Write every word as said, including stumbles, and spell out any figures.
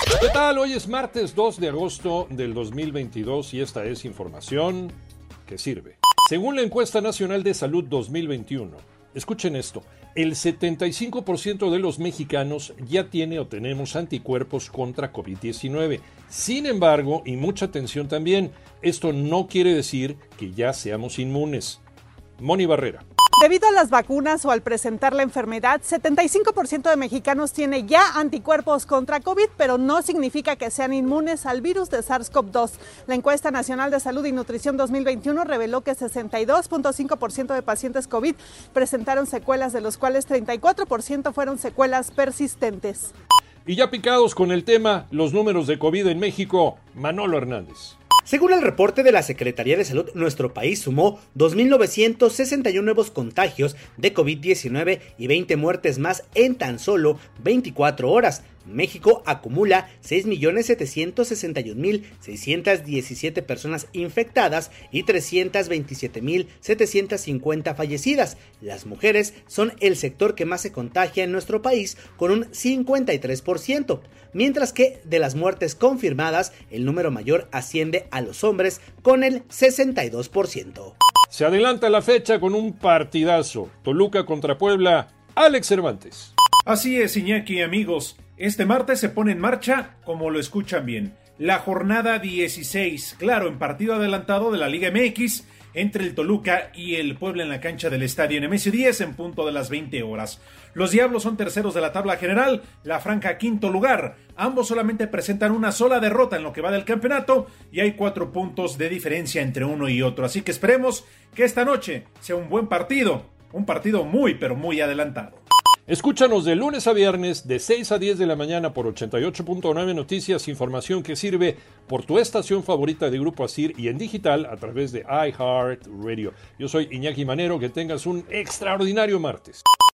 ¿Qué tal? Hoy es martes dos de agosto del dos mil veintidós y esta es información que sirve. Según la encuesta nacional de salud dos mil veintiuno, escuchen esto, el setenta y cinco por ciento de los mexicanos ya tiene o tenemos anticuerpos contra COVID diecinueve. Sin embargo, y mucha atención también, esto no quiere decir que ya seamos inmunes. Moni Barrera. Debido a las vacunas o al presentar la enfermedad, setenta y cinco por ciento de mexicanos tiene ya anticuerpos contra COVID, pero no significa que sean inmunes al virus de SARS-CoV dos. La encuesta nacional de salud y nutrición dos mil veintiuno reveló que sesenta y dos punto cinco por ciento de pacientes COVID presentaron secuelas, de los cuales treinta y cuatro por ciento fueron secuelas persistentes. Y ya picados con el tema, los números de COVID en México, Manolo Hernández. Según el reporte de la Secretaría de Salud, nuestro país sumó dos mil novecientos sesenta y uno nuevos contagios de COVID diecinueve y veinte muertes más en tan solo veinticuatro horas. México acumula seis millones setecientos sesenta y un mil seiscientos diecisiete personas infectadas y trescientos veintisiete mil setecientos cincuenta fallecidas. Las mujeres son el sector que más se contagia en nuestro país con un cincuenta y tres por ciento, mientras que de las muertes confirmadas el número mayor asciende a los hombres con el sesenta y dos por ciento. Se adelanta la fecha con un partidazo, Toluca contra Puebla, Alex Cervantes. Así es, Iñaki, amigos. Este martes se pone en marcha, como lo escuchan bien, la jornada dieciséis, claro, en partido adelantado de la Liga M X, entre el Toluca y el Puebla en la cancha del Estadio Nemesio diez en punto de las veinte horas. Los Diablos son terceros de la tabla general, la Franja quinto lugar. Ambos solamente presentan una sola derrota en lo que va del campeonato y hay cuatro puntos de diferencia entre uno y otro. Así que esperemos que esta noche sea un buen partido, un partido muy pero muy adelantado. Escúchanos de lunes a viernes de seis a diez de la mañana por ochenta y ocho punto nueve Noticias, información que sirve por tu estación favorita de Grupo Asir y en digital a través de iHeartRadio. Yo soy Iñaki Manero, que tengas un extraordinario martes.